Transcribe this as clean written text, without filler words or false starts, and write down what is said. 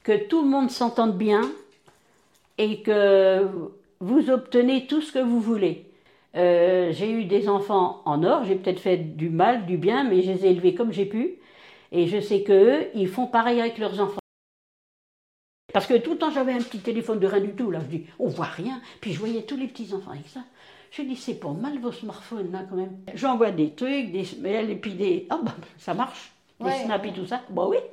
que tout le monde s'entende bien et que vous obtenez tout ce que vous voulez. J'ai eu des enfants en or, j'ai peut-être fait du mal, du bien, mais je les ai élevés comme j'ai pu. Et je sais qu'eux, ils font pareil avec leurs enfants. Parce que tout le temps, j'avais un petit téléphone de rien du tout. Là, je dis, on voit rien. Puis je voyais tous les petits-enfants avec ça. Je dis, c'est pas mal vos smartphones, là, quand même. J'envoie des trucs, des mails, et puis des... Ah, bah, ça marche. Des snaps et tout ça. Bah oui.